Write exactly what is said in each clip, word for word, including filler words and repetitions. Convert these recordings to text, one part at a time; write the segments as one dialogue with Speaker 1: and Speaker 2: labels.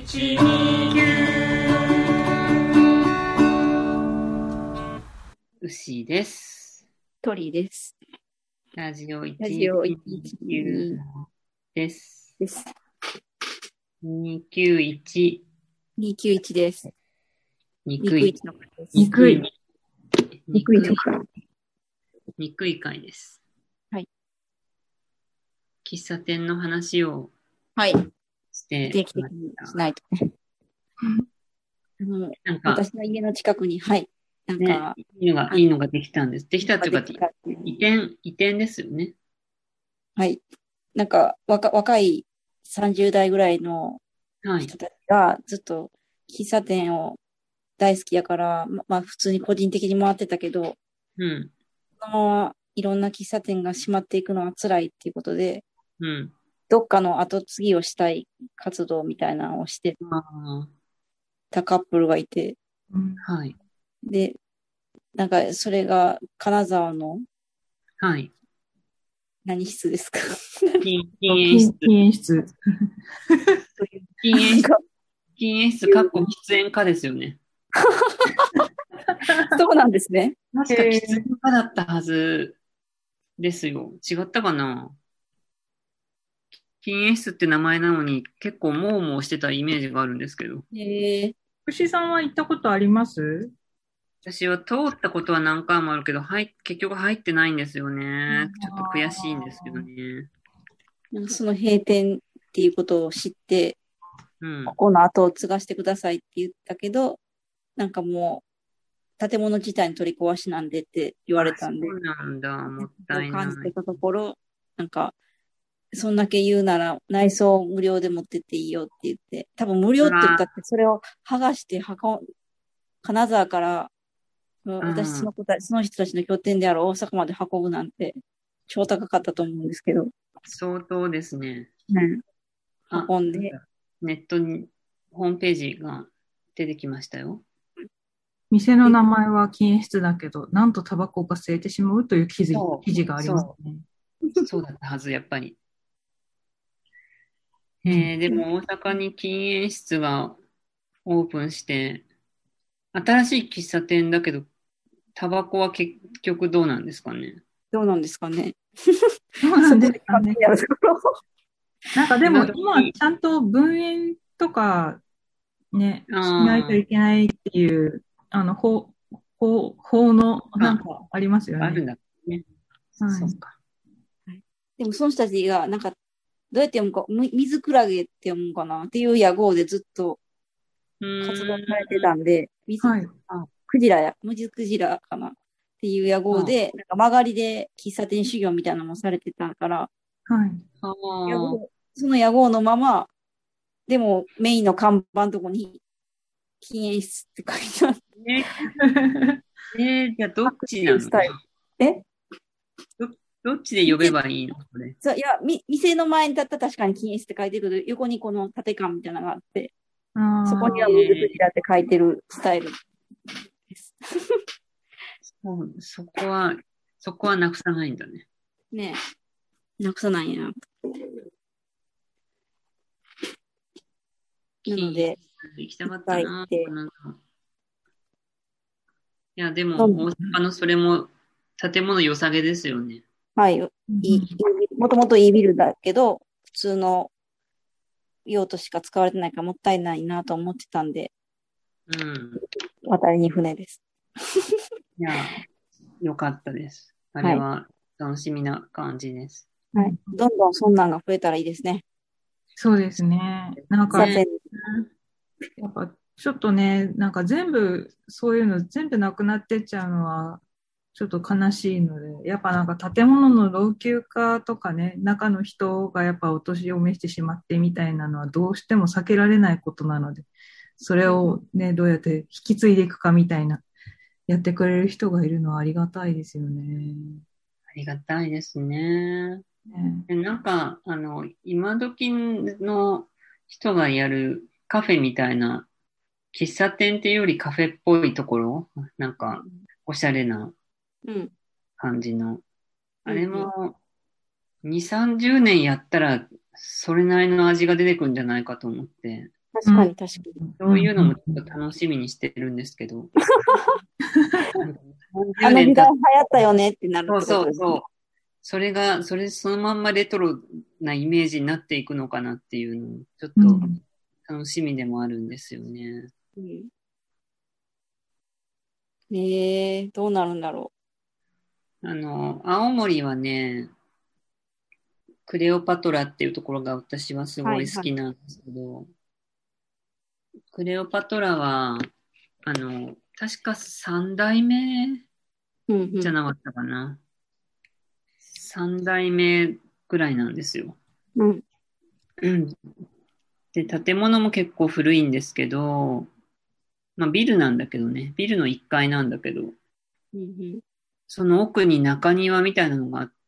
Speaker 1: いちにきゅう牛です。
Speaker 2: 鳥です。
Speaker 1: ラジオ
Speaker 2: ラジオ
Speaker 1: いちにきゅうです。
Speaker 2: です。
Speaker 1: にきゅういち。
Speaker 2: にきゅういちです。
Speaker 1: にくい。
Speaker 2: の回です。
Speaker 1: にくい。
Speaker 2: にくいの回。
Speaker 1: にくい回です。
Speaker 2: はい。
Speaker 1: 喫茶店の話を
Speaker 2: はい。
Speaker 1: して
Speaker 2: 定期的にしないとね。あの
Speaker 1: なんか
Speaker 2: 私の家の近くに、はい。なんか、
Speaker 1: ね、いいのが、いいのができたんです。できたっていうか、移転、移転ですよね。
Speaker 2: はい。なんか、若若いさんじゅう代ぐらいの人たちがずっと喫茶店を大好きやから、ま、まあ普通に個人的に回ってたけど、
Speaker 1: うん。
Speaker 2: このままいろんな喫茶店が閉まっていくのは辛いっていうことで、
Speaker 1: うん。
Speaker 2: どっかの後継ぎをしたい活動みたいなのをして
Speaker 1: あ
Speaker 2: たカップルがいて、
Speaker 1: うん、はい。
Speaker 2: で、なんかそれが金沢の
Speaker 1: はい。
Speaker 2: 何室ですか？
Speaker 1: 禁煙室。
Speaker 3: 禁煙室。
Speaker 1: 禁煙室。禁煙室、かっこ喫煙家ですよね。
Speaker 2: そうなんですね。
Speaker 1: 確か喫煙家だったはずですよ。違ったかな？禁煙室って名前なのに結構モーモーしてたイメージがあるんですけど。
Speaker 2: へえ。
Speaker 3: 牛さんは行ったことあります？
Speaker 1: 私は通ったことは何回もあるけど、入結局入ってないんですよね。ちょっと悔しいんですけどね。
Speaker 2: なんかその閉店っていうことを知って、
Speaker 1: うん。
Speaker 2: ここの後を継がしてくださいって言ったけど、なんかもう建物自体に取り壊しなんでって言われたんで、
Speaker 1: そうなんだ。もったいない。
Speaker 2: 感じてたところ、なんか、そんだけ言うなら内装無料で持ってっていいよって言って、多分無料って言ったってそれを剥がして運ん、金沢からもう
Speaker 1: う
Speaker 2: 私その
Speaker 1: ん。
Speaker 2: 子たその人たちの拠点である大阪まで運ぶなんて超高かったと思うんですけど、
Speaker 1: 相当ですね。
Speaker 2: うん、
Speaker 1: あ、
Speaker 2: 運んで、
Speaker 1: ネットに、ホームページが出てきましたよ。
Speaker 3: 店の名前は禁煙室だけど、なんとタバコが吸えてしまうという記事、
Speaker 1: そう、
Speaker 3: 記事があります
Speaker 1: そ
Speaker 3: ね。
Speaker 1: う、そうだったはず、やっぱり。
Speaker 3: うん、
Speaker 1: えー、でも大阪に禁煙室がオープンして、新しい喫茶店だけど、タバコは結局どうなんですかね。
Speaker 2: どうなんですかね。
Speaker 3: そうなんで
Speaker 2: そこで
Speaker 3: すかね。
Speaker 2: 関係あるところ。
Speaker 3: なんかでも
Speaker 1: 今時、
Speaker 3: 今ちゃんと分煙とかね、しないと
Speaker 1: あ
Speaker 3: いけないっていう、あの、法、法、法のなん
Speaker 1: あ、
Speaker 3: かありますよね。
Speaker 1: あるんだね。
Speaker 3: はい。
Speaker 1: そっか。
Speaker 2: でもその人たちが、なんか、どうやって読むか、み水クラゲって読むかなっていう野号でずっと
Speaker 1: うー
Speaker 2: 活動されて
Speaker 1: ん。
Speaker 2: たんで、水、
Speaker 3: はい。
Speaker 2: あ、クジラや、ムジクジラかなっていう野号
Speaker 1: あ
Speaker 2: で、なんか曲がりで喫茶店修行みたいなのもされてたから、
Speaker 3: はい。
Speaker 1: あー、
Speaker 2: 野号、その野号のまま、でもメインの看板のとこに禁煙室って書いてある。
Speaker 1: ねえー、じゃあどっち
Speaker 2: ってい
Speaker 1: なの？
Speaker 2: うスタイル。え
Speaker 1: ど、どっちで呼べ
Speaker 2: 店、
Speaker 1: ばいいのこれ。
Speaker 2: そういや、み、店の前に立ったら確かに禁煙室って書いてるけど、横にこの縦看みたいなのがあって、そこ
Speaker 3: ああ、
Speaker 2: には水ク
Speaker 1: えー、
Speaker 2: ジラって書いてるスタイルです。
Speaker 1: そう、そこは、そこはなくさないんだね。
Speaker 2: ねえ、なくさないな。なので、
Speaker 1: 行きたか
Speaker 2: いっ
Speaker 1: ったな。
Speaker 2: ぱい行って、
Speaker 1: なんかいや、でも、
Speaker 2: どん
Speaker 1: 大阪のそれも建物良さげですよね。
Speaker 2: はい、いい、いいもともといいビルだけど、普通の用途しか使われてないからもったいないなと思ってたんで、
Speaker 1: うん。
Speaker 2: 渡りに船です。
Speaker 1: いや、良かったです。あ
Speaker 2: はい。
Speaker 1: れは楽しみな感じです。
Speaker 2: はい。どんどんそんなんが増えたらいいですね。
Speaker 3: そうですね。なんか、
Speaker 1: ね。
Speaker 2: 喫茶店。
Speaker 3: やっぱちょっとね、なんか全部、そういうの全部なくなってっちゃうのは、ちょっと悲しいので、やっぱなんか建物の老朽化とかね、中の人がやっぱお年を召してしまってみたいなのはどうしても避けられないことなので、それをね、どうやって引き継いでいくかみたいな、やってくれる人がいるのはありがたいですよね。
Speaker 1: ありがたいですね。
Speaker 3: ね、
Speaker 1: でなんか、あの、今時の人がやるカフェみたいな、喫茶店っていうよりカフェっぽいところ、なんか、おしゃれな
Speaker 2: うん。
Speaker 1: 感じの。あれ
Speaker 2: うん。うん。
Speaker 1: も、に、さんじゅうねんやったら、それなりの味が出てくるんじゃないかと思って。
Speaker 2: 確かに確かに。
Speaker 1: そういうのもちょっと楽しみにしてるんですけど。
Speaker 2: あの
Speaker 1: さんじゅうねん経っ
Speaker 2: 時代流行ったよねってなる
Speaker 1: そう
Speaker 2: ってことですね。
Speaker 1: そうそう。それが、それそのまんまレトロなイメージになっていくのかなっていうのを、ちょっ
Speaker 3: う
Speaker 1: と
Speaker 3: ん。
Speaker 1: 楽しみでもあるんですよね。
Speaker 2: うん、ええー、どうなるんだろ
Speaker 1: あの、青森はね、クレオパトラっていうところが私はす
Speaker 2: う。は
Speaker 1: ごい
Speaker 2: いはい。
Speaker 1: 好きなんですけど、クレオパトラは、あの、確か三代目
Speaker 2: うんうん。
Speaker 1: じゃなかったかな。三代目ぐらいなんですよ。
Speaker 2: うん。
Speaker 1: うん。で、建物も結構古いんですけど、まあビルなんだけどね、ビルのいっかいなんだけど、
Speaker 2: うん
Speaker 1: その奥に中庭みたいなのがあって、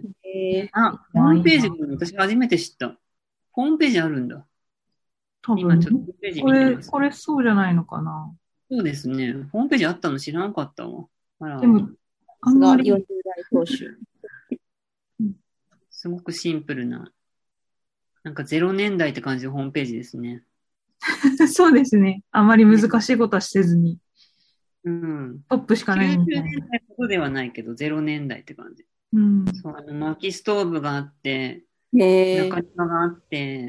Speaker 2: うん。ええー、
Speaker 1: あ、ホー
Speaker 3: まあいいな。
Speaker 1: ムページが私初めて知った。ホームページあるんだ。
Speaker 3: 多分、
Speaker 1: 今ちょっとホームページ
Speaker 3: これ、
Speaker 1: 見てます。
Speaker 3: これそうじゃないのかな。
Speaker 1: そうですね。ホームページあったの知らなかったわ。あら、
Speaker 3: でも、あんま
Speaker 2: が
Speaker 3: り、
Speaker 2: よんじゅう代当主。
Speaker 1: すごくシンプルな、なんかゼロねんだいって感じのホームページですね。
Speaker 3: そうですね。あまり
Speaker 1: ね。
Speaker 3: 難しいことはせずに、
Speaker 1: うん。
Speaker 3: トップしかない
Speaker 1: 90
Speaker 3: みたいな。
Speaker 1: 年代ほどではないけど、ゼロねんだいって感じ。
Speaker 3: うん。
Speaker 1: そう、あの、薪ストーブがあって、
Speaker 2: ええー、
Speaker 1: 中庭があって、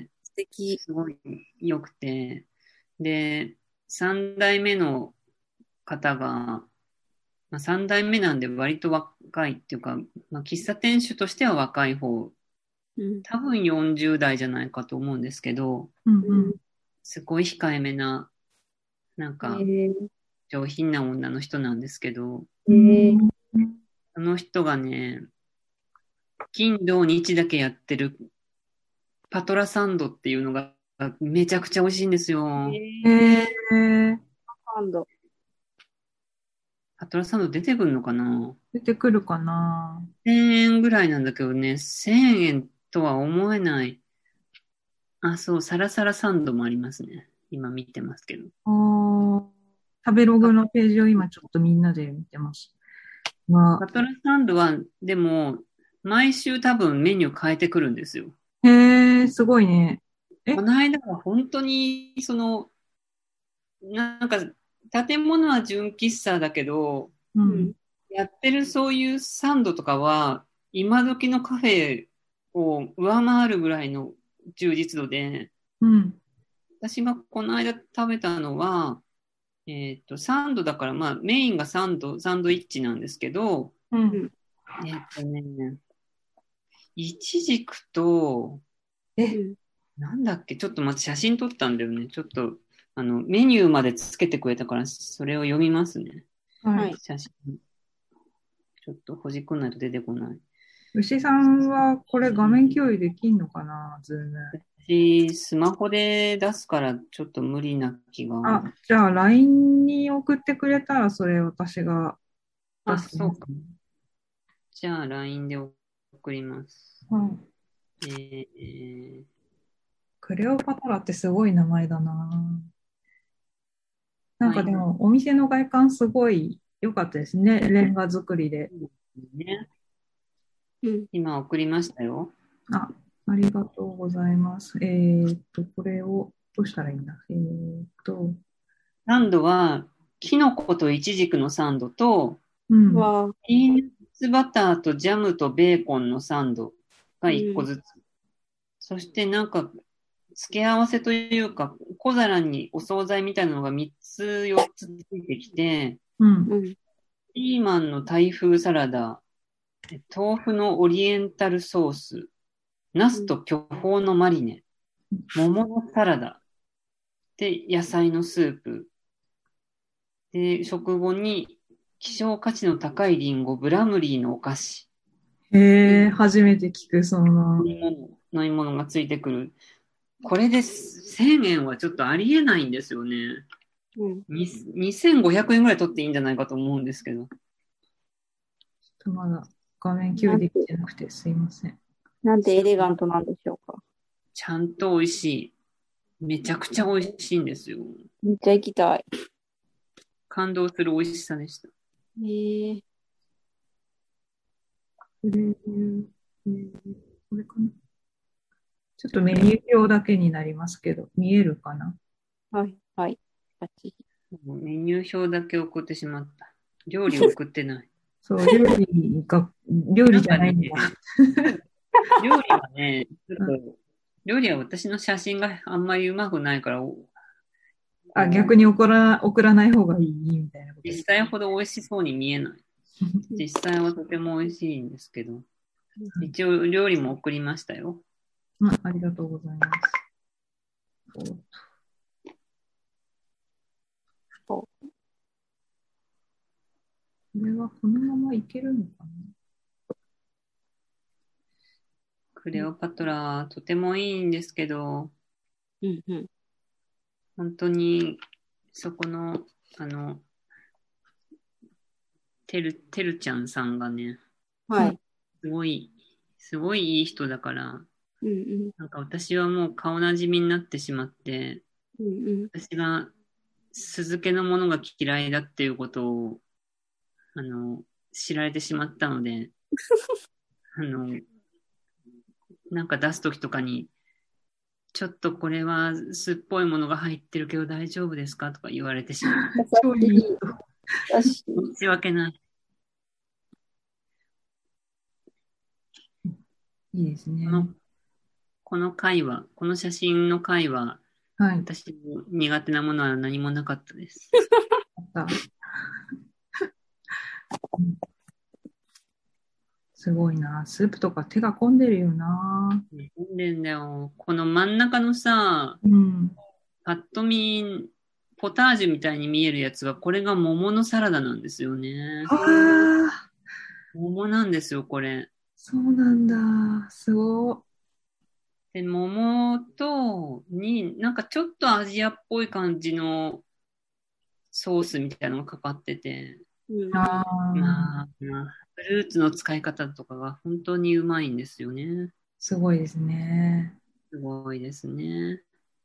Speaker 2: 素敵。
Speaker 1: すごい良くて、で、三代目の方が、まあ、三代目なんで割と若いっていうか、まあ、喫茶店主としては若い方、
Speaker 2: うん。
Speaker 1: 多分よんじゅう代じゃないかと思うんですけど、
Speaker 3: うん
Speaker 2: うん。
Speaker 1: すごい控えめな、なん
Speaker 2: え
Speaker 1: か
Speaker 2: ー、
Speaker 1: 上品な女の人なんですけど、
Speaker 3: う
Speaker 2: えー、
Speaker 3: ん。
Speaker 1: その人がね、金土日だけやってるパトラサンドっていうのがめちゃくちゃ美味しいんですよ。
Speaker 3: え
Speaker 2: えー、
Speaker 3: ー、
Speaker 2: なんだ。
Speaker 1: パトラサンド出てくるのかな？
Speaker 3: 出てくるかな。
Speaker 1: せん 円ぐらいなんだけどね、せんえんとは思えない。あ、そう、サラサラサンドもありますね。今見てますけど。
Speaker 3: あー、食べログのページを今ちょっとみんなで見てます。ま
Speaker 1: パトラサンドは、でも、毎週多分メニュー変えてくるんですよ。
Speaker 3: あ、へえ、すごいね。え、
Speaker 1: この間は本当に、その、なんか、建物は純喫茶だけど、
Speaker 3: うん。
Speaker 2: うん。
Speaker 1: やってるそういうサンドとかは、今時のカフェを上回るぐらいの充実度で、
Speaker 3: うん。
Speaker 1: 私がこの間食べたのは、えっと、サンドだから、まあ、メインがサンド、サンドイッチなんですけど、
Speaker 3: うん。
Speaker 2: うん。
Speaker 1: えっとね、イチジクと、
Speaker 3: え、
Speaker 2: うん。
Speaker 1: なんだっけ、ちょっと待って、写真撮ったんだよね。ちょっと、あの、メニューまでつけてくれたから、それを読みますね。
Speaker 3: はい。
Speaker 2: はい。
Speaker 1: 写真。ちょっとほじくんないと出てこない。
Speaker 3: 牛さんはこれ画面共有できんのかな、ズーム。
Speaker 1: 私、スマホで出すから、ちょっと無理な気が。
Speaker 3: あ、じゃあ ライン に送ってくれたらそれ私が出
Speaker 1: あ、
Speaker 3: せます。
Speaker 1: そうか。じゃあ、ライン で送ります。
Speaker 3: はい。
Speaker 1: えー、
Speaker 3: クレオパトラってすごい名前だな。なん
Speaker 1: はい。
Speaker 3: かでもお店の外観すごい良かったですね。レンガ作りで。
Speaker 1: ね、
Speaker 2: うん。
Speaker 1: 今送りましたよ。
Speaker 3: あ、ありがとうございます。えーっと、これをどうしたらいいんだ。えーっと、
Speaker 1: サンドは、キノコとイチジクのサンドと、
Speaker 3: うん。
Speaker 2: わあ、
Speaker 1: ピーナッツバターとジャムとベーコンのサンドが1個
Speaker 2: うん。
Speaker 1: ずつ。そしてなんか、付け合わせというか、小皿にお惣菜みたいなのがみっつ、よっつついてきて、
Speaker 3: うん。
Speaker 2: うん。
Speaker 1: ピーマンのタイ風サラダ、豆腐のオリエンタルソース、ナ
Speaker 2: うん。
Speaker 1: スと巨峰のマリネ、桃のサラダ、で、野菜のスープ、で、食後に希少価値の高いリンゴ、ブラムリーのお菓子、
Speaker 3: へえ、初めて聞く、その、
Speaker 1: 飲み物、飲み物がついてくる。これでせんえんはちょっとありえないんですよね。
Speaker 2: うん。
Speaker 1: ににせんごひゃくえんぐらい取っていいんじゃないかと思うんですけど。
Speaker 3: ちょっとまだ画面共有でき
Speaker 2: なんて、
Speaker 3: てなくてすいません。
Speaker 2: なんてエレガントなんでしょうか。
Speaker 1: ちゃんと美味しい。めちゃくちゃ美味しいんですよ。
Speaker 2: めっちゃ行きたい。
Speaker 1: 感動する美味しさでした。
Speaker 2: ええ、
Speaker 3: これ、えーこれかな。ちょっとメニュー表だけになりますけど、見えるかな。
Speaker 2: はい、はい。バッチリ。
Speaker 1: メニュー表だけ送ってしまった。料理送ってない。
Speaker 3: そう、料理が、料理じゃないんだ。
Speaker 1: 料理はね、ちょっと、料理は私の写真があんまりうまくないから、
Speaker 3: あ、逆に送ら、送らない方がいいみたいなこと。
Speaker 1: 実際ほど美味しそうに見えない。実際はとても美味しいんですけど、一応料理も送りましたよ。
Speaker 3: うん、ありがとうございます。これはこのままいけるのかな。
Speaker 1: クレオパトラ、とてもいいんですけど、
Speaker 2: うんうん、
Speaker 1: 本当に、そこの、あの、てる、てるちゃんさんがね、
Speaker 2: はい。
Speaker 1: すごい、すごいいい人だから、
Speaker 2: うんうん、
Speaker 1: なんか私はもう顔なじみになってしまって、
Speaker 2: うんうん、
Speaker 1: 私が酢漬けのものが嫌いだっていうことを、あの、知られてしまったので、あの、なんか出すときとかに、ちょっとこれは酢っぽいものが入ってるけど大丈夫ですかとか言われてしまう。
Speaker 3: 超いい人。
Speaker 1: 申し訳ない。
Speaker 3: いいですね。
Speaker 1: この、この回は、この写真の回は、
Speaker 3: はい。
Speaker 1: 私の苦手なものは何もなかったです。
Speaker 3: あったすごいな。スープとか手が込んでるよな。
Speaker 1: 込んでんだよ。この真ん中のさ、
Speaker 3: うん、
Speaker 1: パッと見、ポタージュみたいに見えるやつは、これが桃のサラダなんですよね。
Speaker 3: ああ、
Speaker 1: 桃なんですよ、これ。
Speaker 3: そうなんだ。すご
Speaker 1: で、桃と、に、なんかちょっとアジアっぽい感じのソースみたいなのがかかってて、
Speaker 2: うん、
Speaker 3: ああ、
Speaker 1: まあ、まあフルーツの使い方とかが本当にうまいんですよね。
Speaker 3: すごいですね。
Speaker 1: すごいですね。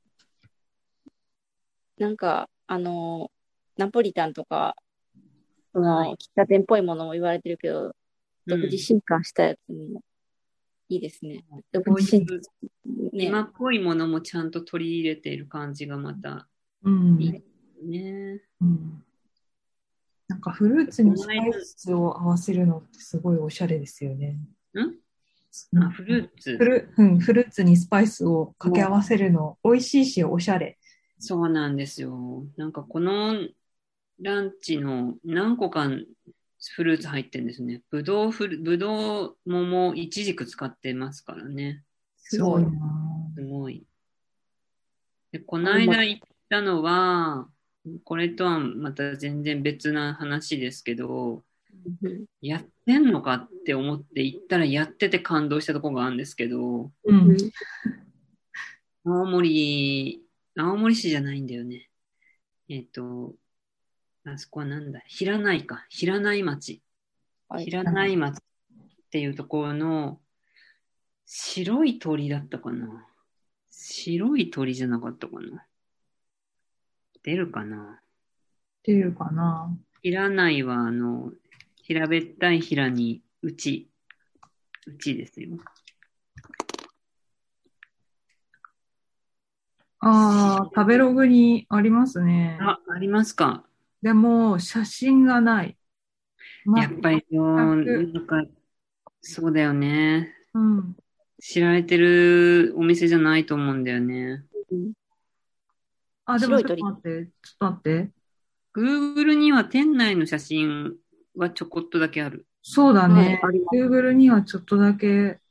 Speaker 2: なんか、あの、ナポリタンとか、その、
Speaker 1: はい。
Speaker 2: 喫茶店っぽいものも言われてるけど、独自
Speaker 1: うん。
Speaker 2: 進化したやつもいいですね。独
Speaker 1: こうい
Speaker 2: 自進化、
Speaker 1: う
Speaker 2: ね。
Speaker 1: 今っぽいものもちゃんと取り入れている感じがまた
Speaker 3: うん。
Speaker 1: いいですね。
Speaker 3: うん、なんかフルーツにスパイスを合わせるのってすごいおしゃれですよね。
Speaker 1: んあ、フルーツ。
Speaker 3: フル、うん、フルーツにスパイスを掛け合わせるの、美味しいし、おしゃれ。
Speaker 1: そうなんですよ。なんかこのランチの何個かフルーツ入ってるんですね。ぶどうフル、ぶどう、桃、いちじく使ってますからね。
Speaker 3: すごいな
Speaker 1: すごい。で、この間行ったのは、これとはまた全然別な話ですけど、
Speaker 2: うん、
Speaker 1: やってんのかって思って行ったらやってて感動したところがあるんですけど、
Speaker 3: うん。
Speaker 1: 青森、青森市じゃないんだよね。えっと、あそこはなんだ、平内か、平内町。
Speaker 2: はい、
Speaker 1: 平内町っていうところの白い鳥だったかな。白い鳥じゃなかったかな。出るかな。
Speaker 3: 出るかな。
Speaker 1: 平内は、あの、平べったい平に、うち、うちですよ。
Speaker 3: ああ、食べログにありますね。
Speaker 1: あ、ありますか。
Speaker 3: でも、写真がない。
Speaker 1: やっぱり、なんか、そうだよね。
Speaker 3: うん。
Speaker 1: 知られてるお店じゃないと思うんだよね。
Speaker 2: うん、
Speaker 3: あ、でもちょっと待って、ちょっと待って。
Speaker 1: Google には店内の写真はちょこっとだけある。
Speaker 3: そうだね。
Speaker 2: はい、
Speaker 3: Google にはちょっとだけ。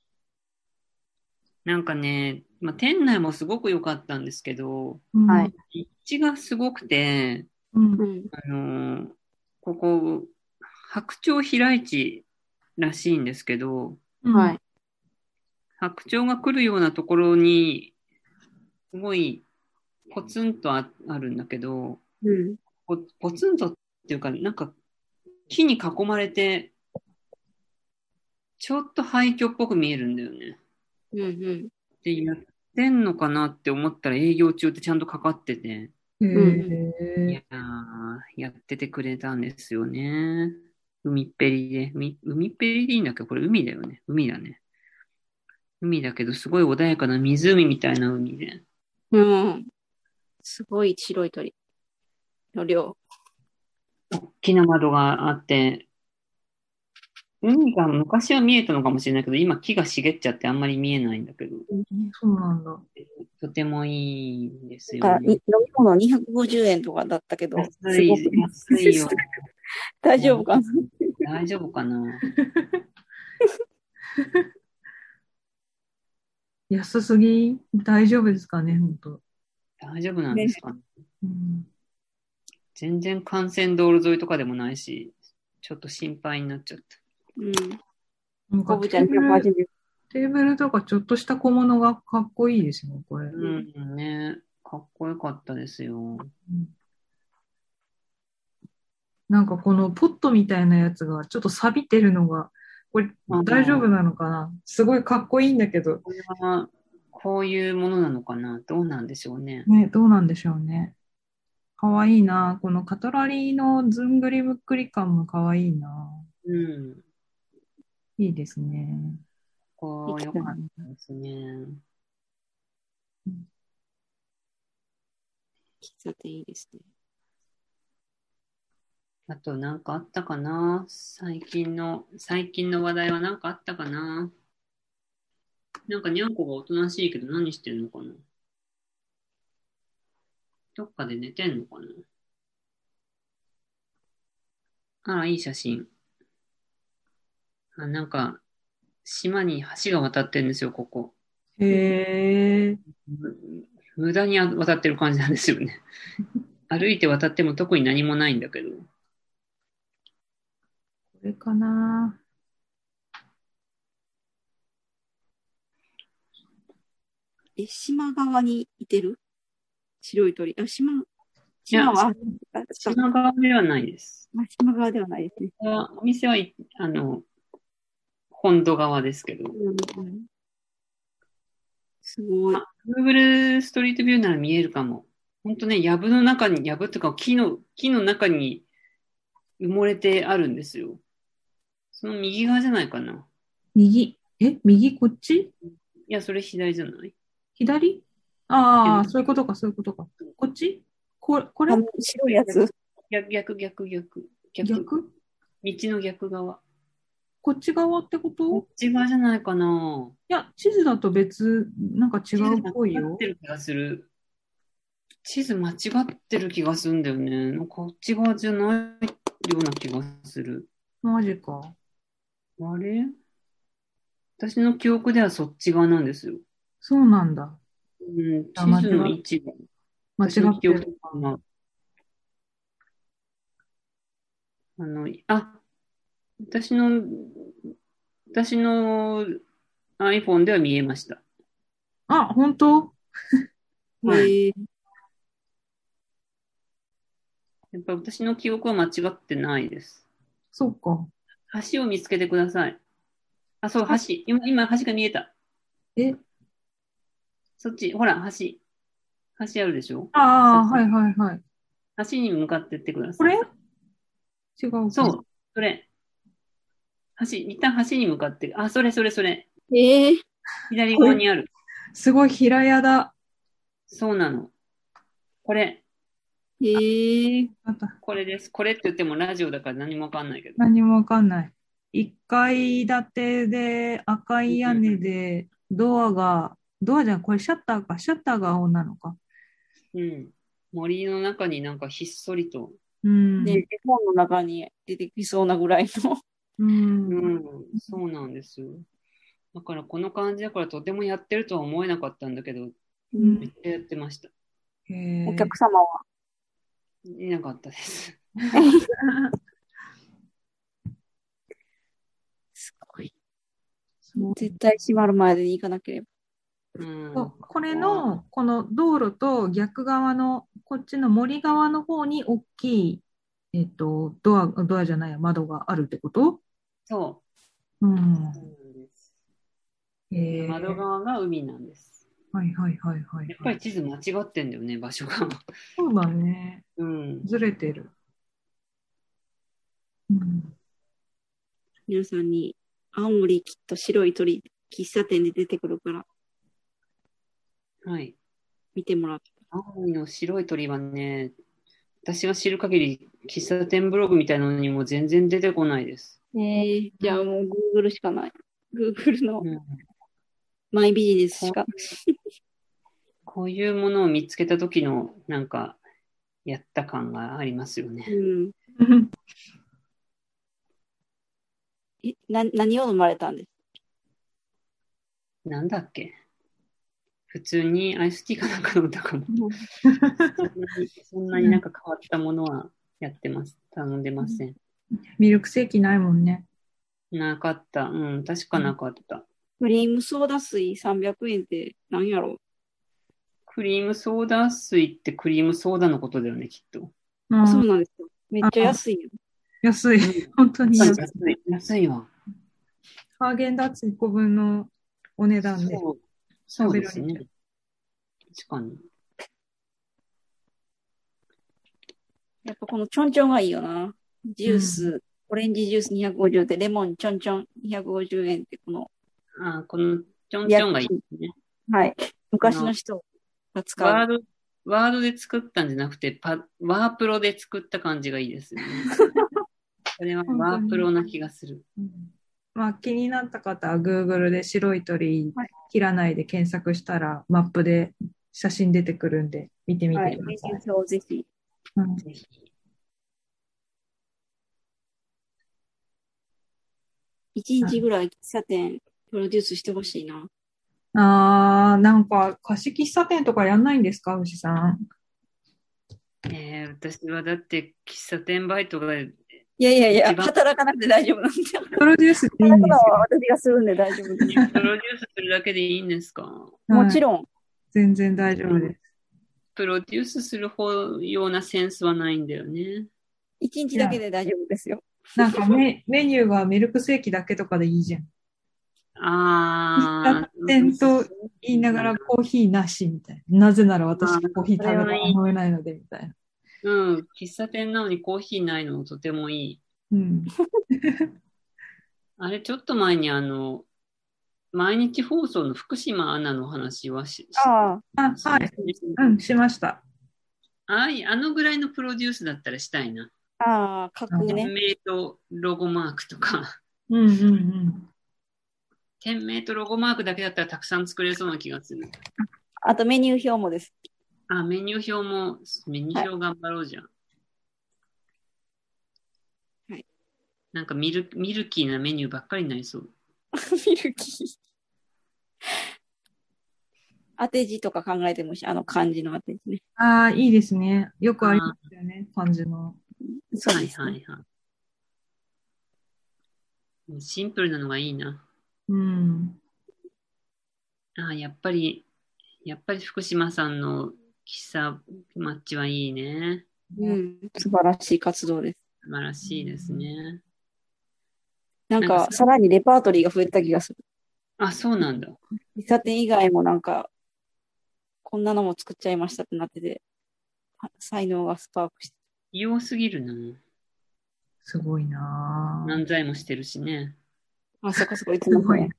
Speaker 1: なんかね、まあ、店内もすごく良かったんですけど、
Speaker 3: うん、
Speaker 2: はい。
Speaker 1: 立地がすごくて、
Speaker 3: うん。
Speaker 1: あのーここ、白鳥平市らしいんですけど、
Speaker 2: はい。
Speaker 1: 白鳥が来るようなところに、すごいポツンとあ、あるんだけど、
Speaker 2: うん。
Speaker 1: ポ、ポツンとっていうか、なんか木に囲まれて、ちょっと廃墟っぽく見えるんだよね。
Speaker 2: うんうん。
Speaker 1: で、やってんのかなって思ったら営業中ってちゃんとかかってて、
Speaker 3: へ
Speaker 1: いや
Speaker 3: え。
Speaker 1: ー、やっててくれたんですよね。海っぺりで、海、海っぺりでいいんだけど、これ海だよね。海だね。海だけど、すごい穏やかな湖みたいな海で。
Speaker 2: うん。 すごい白い鳥の量。
Speaker 1: 大きな窓があって、海が昔は見えたのかもしれないけど、今木が茂っちゃってあんまり見えないんだけど、
Speaker 3: そうなんだ。
Speaker 1: とてもいいんですよ
Speaker 2: なんかい飲
Speaker 1: ね。
Speaker 2: み物にひゃくごじゅうえんとかだったけど、
Speaker 1: 安い、
Speaker 2: すごく
Speaker 1: 安いよ。
Speaker 2: 大丈夫かな。
Speaker 1: 大丈夫かな。
Speaker 3: 安すぎ大丈夫ですかね、本当。
Speaker 1: 大丈夫なんですかね。
Speaker 3: うん、
Speaker 1: 全然幹線道路沿いとかでもないし、ちょっと心配になっちゃった。
Speaker 2: うん。
Speaker 3: なんか
Speaker 2: コブちゃん
Speaker 3: テーブル、
Speaker 2: ひゃくはちじゅう
Speaker 3: テーブルとかちょっとした小物がかっこいいですね、これ。
Speaker 1: うんね、かっこよかったですよ。
Speaker 3: うんなんかこのポットみたいなやつがちょっと錆びてるのが、これ大丈夫なのかなすごいかっこいいんだけど。
Speaker 1: これはこういうものなのかな、どうなんでしょうね。
Speaker 3: ね、どうなんでしょうね。かわいいな。このカトラリーのずんぐりむっくり感もかわいいな。
Speaker 1: うん。
Speaker 3: いいですね。
Speaker 1: こう、よかったですね。
Speaker 2: 喫茶店いいですね。
Speaker 1: あと、なんかあったかな、最近の、最近の話題はなんかあったかな。なんかにゃんこがおとなしいけど何してんのかな。どっかで寝てんのかな。あら、いい写真。あ、なんか、島に橋が渡ってるんですよ、ここ。
Speaker 3: へえ。
Speaker 1: む無駄に渡ってる感じなんですよね。歩いて渡っても特に何もないんだけど。
Speaker 3: これかな。
Speaker 2: え、島側にいてる白い鳥。あ、島、
Speaker 1: いや、
Speaker 2: 島は、あ
Speaker 1: 島側ではないです。
Speaker 2: まあ島側ではないですね。
Speaker 1: お店は、あの、本土側ですけど。
Speaker 2: うんうん、すごい。
Speaker 1: Google ストリートビューなら見えるかも。ほんとね、藪の中に、藪っていうか木の、木の中に埋もれてあるんですよ。その右側じゃないかな。
Speaker 3: 右。え、右こっち
Speaker 1: いや、それ左じゃない？
Speaker 3: 左ああ、そういうことか、そういうことか。こっちこ、これ
Speaker 2: あの、白いやつ。
Speaker 1: 逆、逆、逆、逆、逆。
Speaker 3: 逆
Speaker 1: 道の逆側。
Speaker 3: こっち側ってこ
Speaker 1: こっ
Speaker 3: と
Speaker 1: ち側じゃないかな。
Speaker 3: いや、地図だと別、なんか違うっ
Speaker 1: 地図間違
Speaker 3: ぽいよ。
Speaker 1: ってる気がする。地図間違ってる気がするんだよね。なんかこっち側じゃないような気がする。
Speaker 3: マジか。
Speaker 1: あれ、私の記憶ではそっち側なんですよ。
Speaker 3: そうなんだ。
Speaker 1: うん、
Speaker 3: あ、
Speaker 1: 地図の
Speaker 3: 間違っ、
Speaker 1: 位置が、
Speaker 3: 間違
Speaker 1: 私の記憶
Speaker 3: ってる。
Speaker 1: とか、あの、あ、私の、私の iPhone では見えました。
Speaker 3: あ、本当
Speaker 1: はい。
Speaker 2: へえ。
Speaker 1: やっぱ私の記憶は間違ってないです。
Speaker 3: そうか。
Speaker 1: 橋を見つけてください。あ、そう、
Speaker 3: あ、
Speaker 1: 橋。今、今橋が見えた。
Speaker 3: え、
Speaker 1: そっち、ほら、橋。橋あるでしょ？
Speaker 3: ああ、はい
Speaker 1: そっち、
Speaker 3: はいはい。
Speaker 1: 橋に向かってってくだ
Speaker 3: これ
Speaker 1: さい。
Speaker 3: 違うか。
Speaker 1: そう、それ。橋、一旦橋に向かって、あ、それそれそれ。
Speaker 2: ええ、
Speaker 1: 左
Speaker 3: これ、
Speaker 1: 側にある。
Speaker 3: すごい平屋だ。
Speaker 1: そうなの。これ、
Speaker 2: ええ、
Speaker 3: また、
Speaker 1: これです。これって言ってもラジオだから何もわかんないけど。
Speaker 3: 何もわかんない。一階建てで赤い屋
Speaker 1: うん、
Speaker 3: 根で、ドアが、ドアじゃん、これシャッターか、シャッターが青なのか。
Speaker 1: うん。森の中になんかひっそりと。
Speaker 3: うん。
Speaker 2: ね、絵本の中に出てきそうなぐらいの。
Speaker 3: う
Speaker 1: う
Speaker 3: ん。
Speaker 1: ん、そうなんですよ。だからこの感じだからとてもやってるとは思えなかったんだけど、
Speaker 3: う
Speaker 1: めっ
Speaker 3: ん。
Speaker 1: ちゃやってました。
Speaker 3: へ
Speaker 2: お
Speaker 3: え。
Speaker 2: 客様は。
Speaker 1: いなかったです。
Speaker 2: すごい。
Speaker 3: そう
Speaker 2: 絶対閉まるまでに行かなければ。
Speaker 1: うん。
Speaker 3: そうこれの、この道路と逆側の、こっちの森側の方に大きい、えっと、ドア、ドアじゃないや、窓があるってこと
Speaker 1: そ
Speaker 3: う
Speaker 1: う。
Speaker 3: ん。
Speaker 1: そうなんです。
Speaker 3: へ
Speaker 1: で、窓
Speaker 3: え。
Speaker 1: 側が海なんです。
Speaker 3: はいはいはいはいはい。
Speaker 1: やっぱり地図間違ってんだよね、場所が。
Speaker 3: そうだね。
Speaker 1: うん。
Speaker 3: ずれてる。うん。
Speaker 2: 皆さんに、青森きっと白い鳥、喫茶店で出てくるから、
Speaker 1: はい。
Speaker 2: 見てもらった。
Speaker 1: 青森の白い鳥はね、私が知る限り、喫茶店ブログみたいなのにも全然出てこないです。
Speaker 2: えー、じゃあもう Google しかない。Google の
Speaker 1: うん、
Speaker 2: マイビジネスしか。
Speaker 1: こういうものを見つけた時の、なんか、やった感がありますよね。
Speaker 2: うん。え、な、何を飲まれたんですか？
Speaker 1: なんだっけ、普通にアイスティーかなんか飲んだかも。そんなに、そんなになんか変わったものはやってます。頼んでません。
Speaker 3: ミルクセーキないもんね。
Speaker 1: なかった。うん、確かなかった。
Speaker 2: クリームソーダ水さんびゃくえんって何やろ？
Speaker 1: クリームソーダ水ってクリームソーダのことだよね、きっと。
Speaker 2: あ、そうなんですよ。めっちゃ安いよ。
Speaker 3: 安い。
Speaker 1: うん、
Speaker 3: 本当に安い。
Speaker 1: 安い。安いわ。
Speaker 3: ハーゲンダッツいっこぶんのお値段で
Speaker 1: そう、そ
Speaker 3: 食べ
Speaker 1: うですね。
Speaker 3: られる。
Speaker 1: 確かに。
Speaker 2: やっぱこのちょんちょんがいいよな。ジュース、うん、オレンジジュースにひゃくごじゅうで、レモンちょんちょんにひゃくごじゅうえんって、この。
Speaker 1: あ、このちょんちょんがいいですね。
Speaker 2: はい。昔の人が使う。
Speaker 1: ワード、ワードで作ったんじゃなくて、パワープロで作った感じがいいですよね。それはワープロな気がする。
Speaker 3: うん、まあ、気になった方は Google で白い鳥切らないで検索したらマップで写真出てくるんで見てみてください。はい、メニュー
Speaker 2: 表ぜひ。うん、ぜひ。一日ぐらい喫茶店プロデュースしてほしいな。
Speaker 3: あー、なんか貸し喫茶店とかやんないんですか、牛さん。
Speaker 1: えー、私はだって喫茶店バイトが
Speaker 2: いやいやいや、働かなくて大丈夫なんで。
Speaker 3: プロデュースでいいんですよ。
Speaker 2: 私がするんで大丈夫です。
Speaker 1: プロデュースするだけでいいんですか？
Speaker 2: もちろん。
Speaker 3: 全然大丈夫です。
Speaker 1: プロデュースする方ようなセンスはないんだよね。
Speaker 2: 一日だけで大丈夫ですよ。
Speaker 3: なんかメ、メニューがミルクセーキだけとかでいいじゃん。
Speaker 1: あ
Speaker 3: あ。喫茶店と言いながらコーヒーなしみたいな。なぜなら私コーヒー食べら飲めないのでみたいな。
Speaker 1: うん。喫茶店なのにコーヒーないのもとてもいい。
Speaker 3: うん。
Speaker 1: あれ、ちょっと前にあの、毎日放送の福島アナの話はし、
Speaker 2: あ
Speaker 3: あ、はい。うん、しました。
Speaker 1: あい、あのぐらいのプロデュースだったらしたいな。
Speaker 2: ああ、書くね。
Speaker 1: 店名とロゴマークとか。
Speaker 3: うんうんうん。
Speaker 1: 店名とロゴマークだけだったらたくさん作れそうな気がする。
Speaker 2: あとメニュー表もです。
Speaker 1: あ、メニュー表も、メニュー表頑張ろうじゃん。
Speaker 2: はい。
Speaker 1: なんかミル、ミルキーなメニューばっかりになりそう。
Speaker 2: ミルキー。当て字とか考えてもし、あの漢字の当て字ね。
Speaker 3: ああ、いいですね。よくありますよね、漢字の。
Speaker 1: そうですね。はいはいはい。シンプルなのがいいな。
Speaker 3: うん。
Speaker 1: ああ、やっぱり、やっぱり福島さんの喫茶マッチはいいね。
Speaker 2: うん、素晴らしい活動です。
Speaker 1: 素晴らしいですね。
Speaker 2: なんか、さらにレパートリーが増えた気がする。
Speaker 1: あ、そうなんだ。
Speaker 2: 喫茶店以外もなんか、こんなのも作っちゃいましたってなってて、才能がスパークして。
Speaker 1: 異様すぎるな。
Speaker 3: すごいな
Speaker 1: 漫才もしてるしね。
Speaker 2: あ、そこそこいつもね。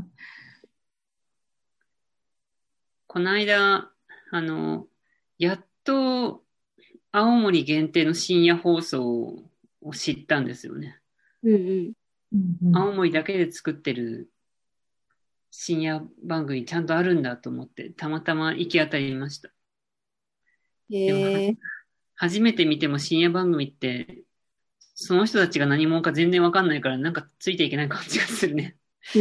Speaker 1: この間、あの、やっと青森限定の深夜放送を知ったんですよね。
Speaker 2: うんうん
Speaker 3: うんうん、
Speaker 1: 青森だけで作ってる深夜番組ちゃんとあるんだと思って、たまたま行き当たりました。
Speaker 2: へえ。
Speaker 1: 初めて見ても深夜番組って、その人たちが何者か全然わかんないから、なんかついていけない感じがするね。
Speaker 2: うん。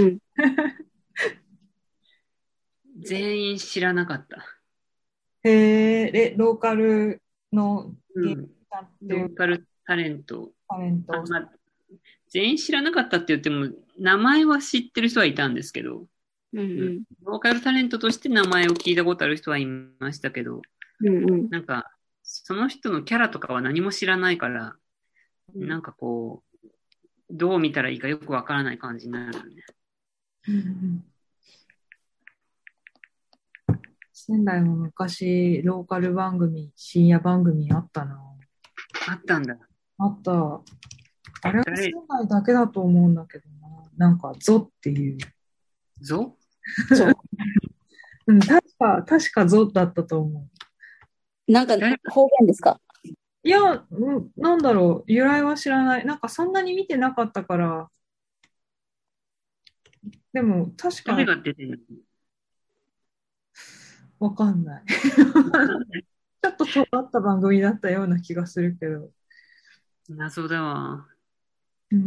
Speaker 1: 全員知らなかった。
Speaker 3: へえ、ローカルの
Speaker 1: 芸人さんって、うん、ローカルタレント。
Speaker 3: タレント。
Speaker 1: まあ、全員知らなかったって言っても、名前は知ってる人はいたんですけど、
Speaker 2: うんうん、
Speaker 1: ローカルタレントとして名前を聞いたことある人はいましたけど、
Speaker 2: うんうん、
Speaker 1: なんか、その人のキャラとかは何も知らないから、うん、なんかこう、どう見たらいいかよくわからない感じになるね。
Speaker 3: うんうん、仙台も昔、ローカル番組、深夜番組あったな。
Speaker 1: あったんだ。
Speaker 3: あった。あれは仙台だけだと思うんだけどな。なんか、ゾっていう。
Speaker 1: ゾ
Speaker 3: ゾうん、確か、確かゾだったと思う。
Speaker 2: なんか方言ですか？
Speaker 3: いや、うん、なんだろう、由来は知らない。なんかそんなに見てなかったから、でも確か
Speaker 1: 誰
Speaker 3: に
Speaker 1: が出てる
Speaker 3: わかんない。
Speaker 1: の？
Speaker 3: ちょっと尖った番組だったような気がするけど。
Speaker 1: 謎だわ。
Speaker 3: うん。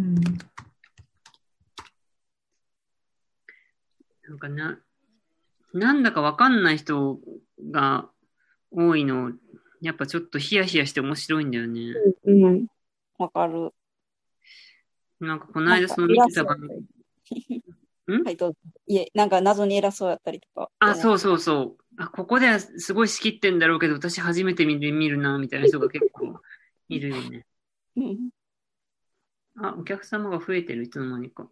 Speaker 1: なんかな、なんだかわかんない人が多いの、やっぱちょっとヒヤヒヤして面白いんだよね。
Speaker 2: うん。わかる。
Speaker 1: なんかこの
Speaker 2: なんか
Speaker 1: 間その見てた番組。ん
Speaker 2: はい、どうぞ。いえ、なんか謎に偉そうやったりとか。
Speaker 1: あ、そうそうそう。あ、ここではすごい仕切ってんだろうけど、私初めて見る、見るな、みたいな人が結構いるよね。
Speaker 2: うん。
Speaker 1: あ、お客様が増えてる、いつの間にか。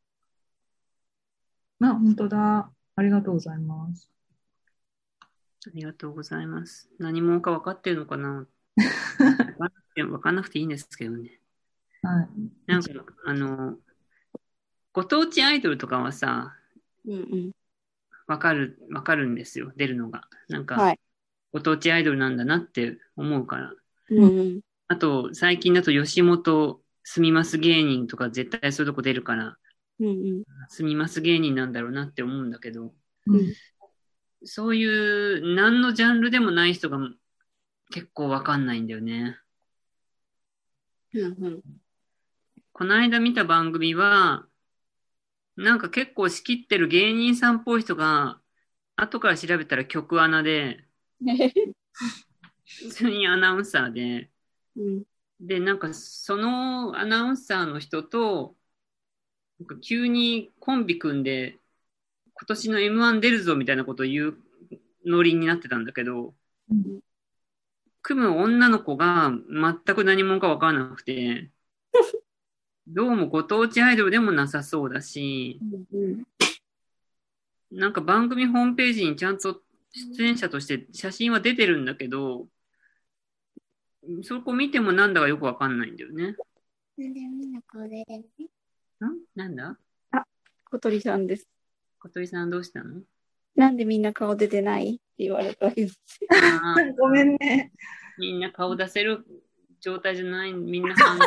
Speaker 3: あ、本当だ。ありがとうございます。
Speaker 1: ありがとうございます。何者か分かってるのかな？分かんなくていいんですけどね。
Speaker 3: はい。
Speaker 1: なんか、あの、ご当地アイドルとかはさ、
Speaker 2: うんうん。
Speaker 1: わかる、わかるんですよ、出るのが。なんか、
Speaker 2: はい。
Speaker 1: ご当地アイドルなんだなって思うから。
Speaker 2: うんうん。
Speaker 1: あと、最近だと吉本住みます芸人とか絶対そういうとこ出るから、
Speaker 2: うんうん。
Speaker 1: 住みます芸人なんだろうなって思うんだけど、
Speaker 3: うん。
Speaker 1: そういう何のジャンルでもない人が結構わかんないんだよね。
Speaker 2: うんうん。
Speaker 1: この間見た番組は、なんか結構仕切ってる芸人さんっぽい人が、後から調べたら曲アナで、普通にアナウンサーで、
Speaker 2: うん。
Speaker 1: で、なんかそのアナウンサーの人と、なんか急にコンビ組んで、今年の エムワン 出るぞみたいなことを言うノリになってたんだけど、
Speaker 2: うん。
Speaker 1: 組む女の子が全く何者か分からなくて、どうもご当地アイドルでもなさそうだし、
Speaker 2: うん。
Speaker 1: なんか番組ホームページにちゃんと出演者として写真は出てるんだけど、そこ見てもなんだかよくわかんないんだよね。
Speaker 2: なんでみんな顔出てん
Speaker 1: んなんだ
Speaker 2: あ、小鳥さんです。
Speaker 1: 小鳥さんどうしたの？
Speaker 2: なんでみんな顔出てないって言われたけど。
Speaker 1: あー
Speaker 3: ごめんね。
Speaker 1: みんな顔出せる状態じゃない、みんな半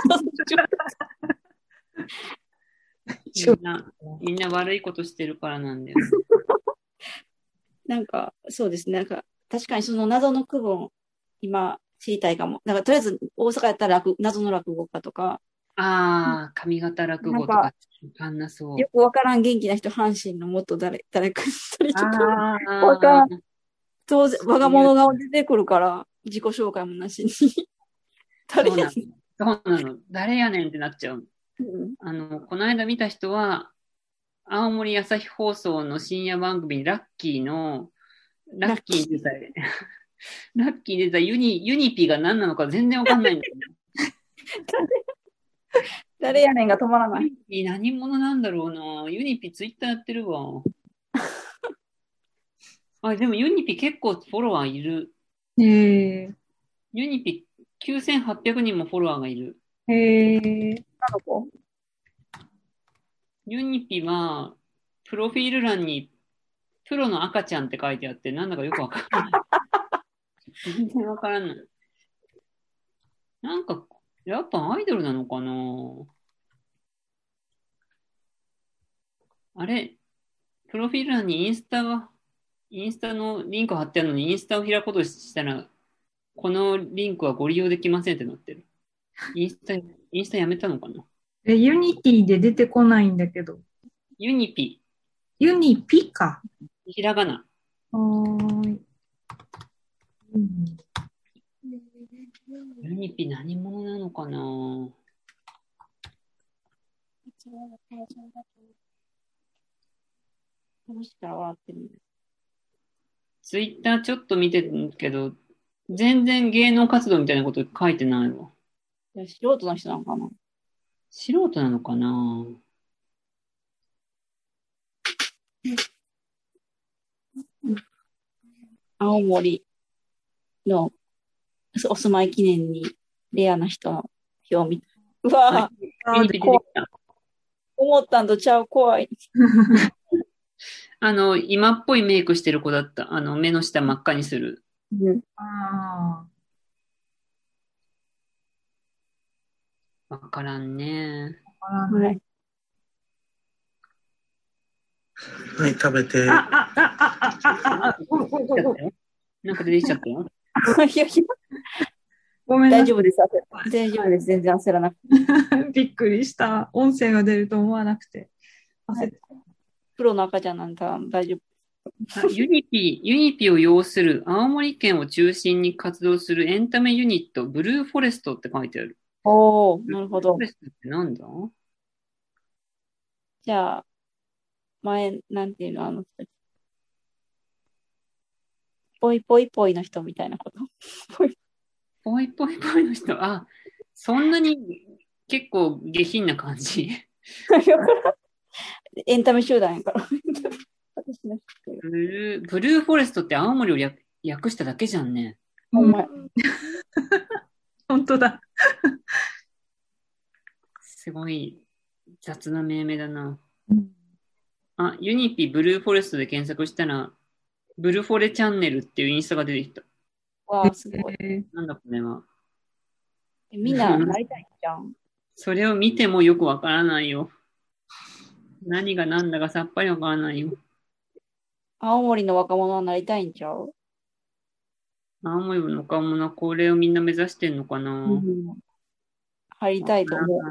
Speaker 1: みんな、みんな悪いことしてるからなんだよね。
Speaker 2: なんか、そうですね。なんか、確かにその謎の区分、今知りたいかも。なんか、とりあえず大阪やったら落謎の落語家とか、
Speaker 1: ああ、上方落
Speaker 2: なんか、
Speaker 1: 語とか、あんなそう。
Speaker 2: よくわからん元気な人、阪神の元誰、誰か一人とか、
Speaker 1: あ
Speaker 2: わからん。
Speaker 1: あ、
Speaker 2: 当然、我が物顔出てくるから、自己紹介もなしに。誰
Speaker 1: そうなの。
Speaker 2: やねん。
Speaker 1: そうなの。誰やねんってなっちゃう。
Speaker 2: うん。
Speaker 1: あの、この間見た人は、青森朝日放送の深夜番組、ラッキーの、ラッキーに出た、ラッキーに出たユニ、ユニピが何なのか全然わかんないんだよね。
Speaker 2: 誰やねんが止まらな
Speaker 1: ユ
Speaker 2: い。
Speaker 1: ニピ何者なんだろうな。ユニピツイッターやってるわ。あ、でもユニピ結構フォロワーいる。
Speaker 3: えー、
Speaker 1: ユニピきゅうせんはっぴゃくにんもフォロワーがいる。
Speaker 3: えー、
Speaker 2: 女の子
Speaker 1: ユニピは、プロフィール欄にプロの赤ちゃんって書いてあって、なんだかよくわからない。全然わからない。なんか、やっぱアイドルなのかな？あれ、プロフィール欄にインスタが、インスタのリンク貼ってあるのに、インスタを開こうとしたら、このリンクはご利用できませんってなってる。インスタ、インスタやめたのかな？
Speaker 3: え、ユニティで出てこないんだけど。
Speaker 1: ユニピ、
Speaker 3: ユニピか。
Speaker 1: ひらがな。
Speaker 3: はーい。うん、
Speaker 1: ユニピ何者なのかな？
Speaker 2: どうしたら笑ってるんだ。
Speaker 1: ツイッターちょっと見てるけど、全然芸能活動みたいなこと書いてないわ。
Speaker 2: いや素人の人なのかな。
Speaker 1: 素人なのかな？
Speaker 2: 青森のお住まい記念にレアな人の表を見た。うわぁ、
Speaker 1: ユニピ出てきた。
Speaker 2: 思ったんとちゃう、怖い。
Speaker 1: あの、今っぽいメイクしてる子だった。あの、目の下真っ赤にする。
Speaker 2: うん。
Speaker 3: あ
Speaker 1: わからんね。
Speaker 3: あ、わからない。
Speaker 2: はい。
Speaker 4: はい、食べて。
Speaker 3: あ、あ、あ、あ、あ、あ、あ、ご、ご、ご、ご、
Speaker 1: なんか出てきちゃったよ。
Speaker 2: いやいや、
Speaker 3: ごめんなさ
Speaker 2: 大丈夫です。焦大丈夫です。全然焦らなくて。
Speaker 3: い。びっくりした。音声が出ると思わなくて。焦っ
Speaker 2: プロの赤ちゃんなんだ、大丈夫。
Speaker 1: あユニピ、ユニピを擁する青森県を中心に活動するエンタメユニット、ブルーフォレストって書いてある。
Speaker 2: おお、なるほど。
Speaker 1: ブルーフォレストってなんだ？
Speaker 2: じゃあ、前、なんていうの、あの人たち、ぽいぽいぽいの人みたいなこと。ぽい
Speaker 1: ぽいぽいぽいの人、あ、そんなに結構下品な感じ。
Speaker 2: エンタメ集団やから。私の知ってる。
Speaker 1: ブルー、ブルーフォレストって青森を略、略しただけじゃんね。
Speaker 2: ほんまや。
Speaker 3: 本当だ。
Speaker 1: すごい雑な命名だな。
Speaker 3: うん
Speaker 1: あ、ユニピブルーフォレストで検索したら、ブルフォレチャンネルっていうインスタが出てきた。
Speaker 2: わあ、すごい。
Speaker 3: えー
Speaker 1: なんだこれは。
Speaker 2: えみんななりたいじゃん。
Speaker 1: それを見てもよくわからないよ。何が何だかさっぱりわからないよ。
Speaker 2: 青森の若者はなりたいんちゃう？
Speaker 1: 青森の若者はこれをみんな目指してんのかな。
Speaker 2: うん。入りたいと思う。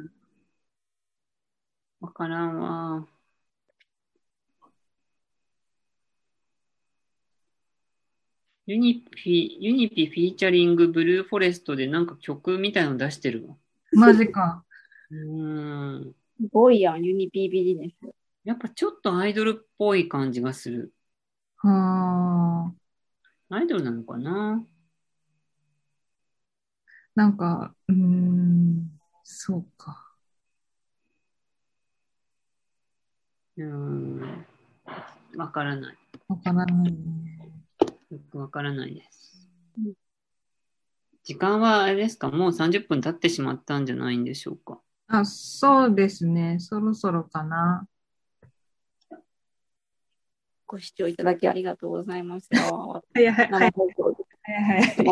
Speaker 1: わからんわ。ユニピ、ユニピフィーチャリングブルーフォレストでなんか曲みたいの出してるわ。
Speaker 3: マジか。
Speaker 1: うーん。
Speaker 2: すごいやん、ユニピービジネス。
Speaker 1: やっぱちょっとアイドルっぽい感じがする。
Speaker 3: はあ。
Speaker 1: アイドルなのかな？
Speaker 3: なんか、うーん、そうか。
Speaker 1: うーん。わからない。
Speaker 3: わからないね。
Speaker 1: よくわからないです。時間はあれですか？もうさんじゅっぷん経ってしまったんじゃないんでしょうか。
Speaker 3: あ、そうですね。そろそろかな。
Speaker 2: ご視聴いただきありがとうございますよ。
Speaker 3: はいはいはい
Speaker 2: 生放送で。
Speaker 3: はいはい。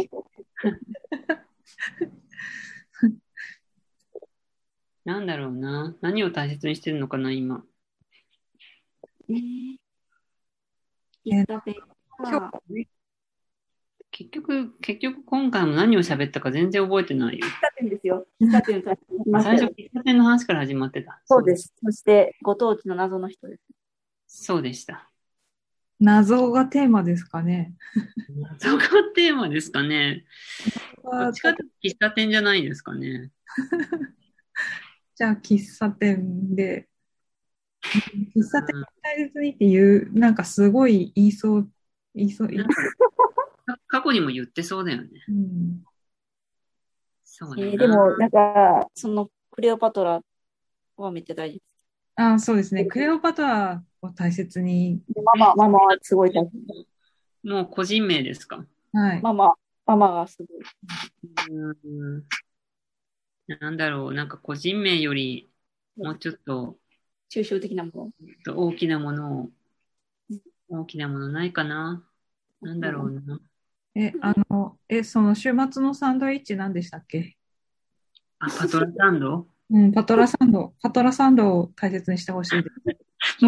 Speaker 1: なんだろうな。何を大切にしてるのかな、今。
Speaker 2: ねえ。喫茶店
Speaker 3: 今
Speaker 2: か。
Speaker 1: 結局、結局今回も何を喋ったか全然覚えてないよ。
Speaker 2: 喫茶店ですよ。喫茶店の話しましたよ。
Speaker 1: 最初、喫茶店の話から始まってた。
Speaker 2: そうです。そして、ご当地の謎の人です。
Speaker 1: そうでした。
Speaker 3: 謎がテーマですかね。
Speaker 1: そこテーマですかね。どっちかというと喫茶店じゃないですかね。
Speaker 3: じゃあ、喫茶店で、喫茶店に大切にっていう、なんかすごい言いそう、言いそう、言い
Speaker 1: なんか過去にも言ってそうだよね。
Speaker 3: うん、
Speaker 1: そうだな。
Speaker 2: えーでも、なんか、そのクレオパトラはめっちゃ大事です。
Speaker 3: あ、そうですね。クレオパトラを大切に。
Speaker 2: でママ、ママはすごい大切。
Speaker 1: もう個人名ですか？
Speaker 3: はい。
Speaker 2: ママ、ママがすごい。
Speaker 1: うーん。なんだろう。なんか個人名よりもうちょっと
Speaker 2: 抽象的なも
Speaker 1: 大きなものを、大きなものないかな。なんだろうな。
Speaker 3: え、あの、え、その週末のサンドイッチ何でしたっけ？
Speaker 1: あ、パトラサンド？
Speaker 3: うん、パトラサンド、パトラサンドを大切にしてほしいです。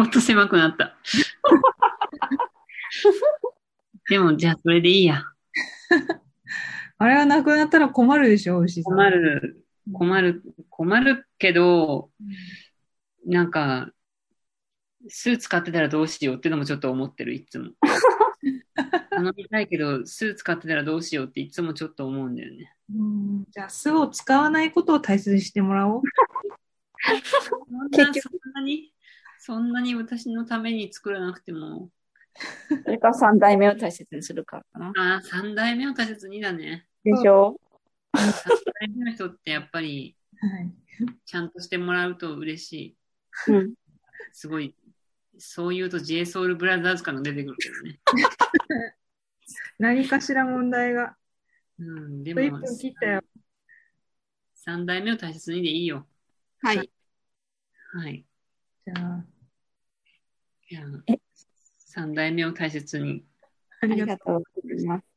Speaker 1: もっと狭くなった。でも、じゃあそれでいいや。
Speaker 3: あれはなくなったら困るでしょ、牛さん。
Speaker 1: 困る、困る、困るけど、なんか、スーツ買ってたらどうしようってのもちょっと思ってる、いつも。頼みたいけど、スーツ買ってたらどうしようっていつもちょっと思うんだよね。
Speaker 3: うん、じゃあ、巣を使わないことを大切にしてもらおう。
Speaker 1: そんな、そんなに、そんなに私のために作らなくても。
Speaker 2: それから三代目を大切にするからかな。
Speaker 1: ああ、三代目を大切にだね。
Speaker 2: でしょ？
Speaker 1: 三代目の人ってやっぱり、
Speaker 3: はい。
Speaker 1: ちゃんとしてもらうと嬉しい。
Speaker 2: うん。
Speaker 1: すごい、そう言うと JSOULBROTHERS 感が出てくるけどね。
Speaker 3: 何かしら問題が。
Speaker 1: うん、で
Speaker 3: いっ
Speaker 1: も、
Speaker 3: ぷん切ったよ。
Speaker 1: 三代目を大切にでいいよ。
Speaker 2: はい。
Speaker 1: はい。
Speaker 3: じゃあ、
Speaker 1: いや
Speaker 2: え
Speaker 1: 三代目を大切に。
Speaker 3: ありがとう。
Speaker 2: ありがとうございます。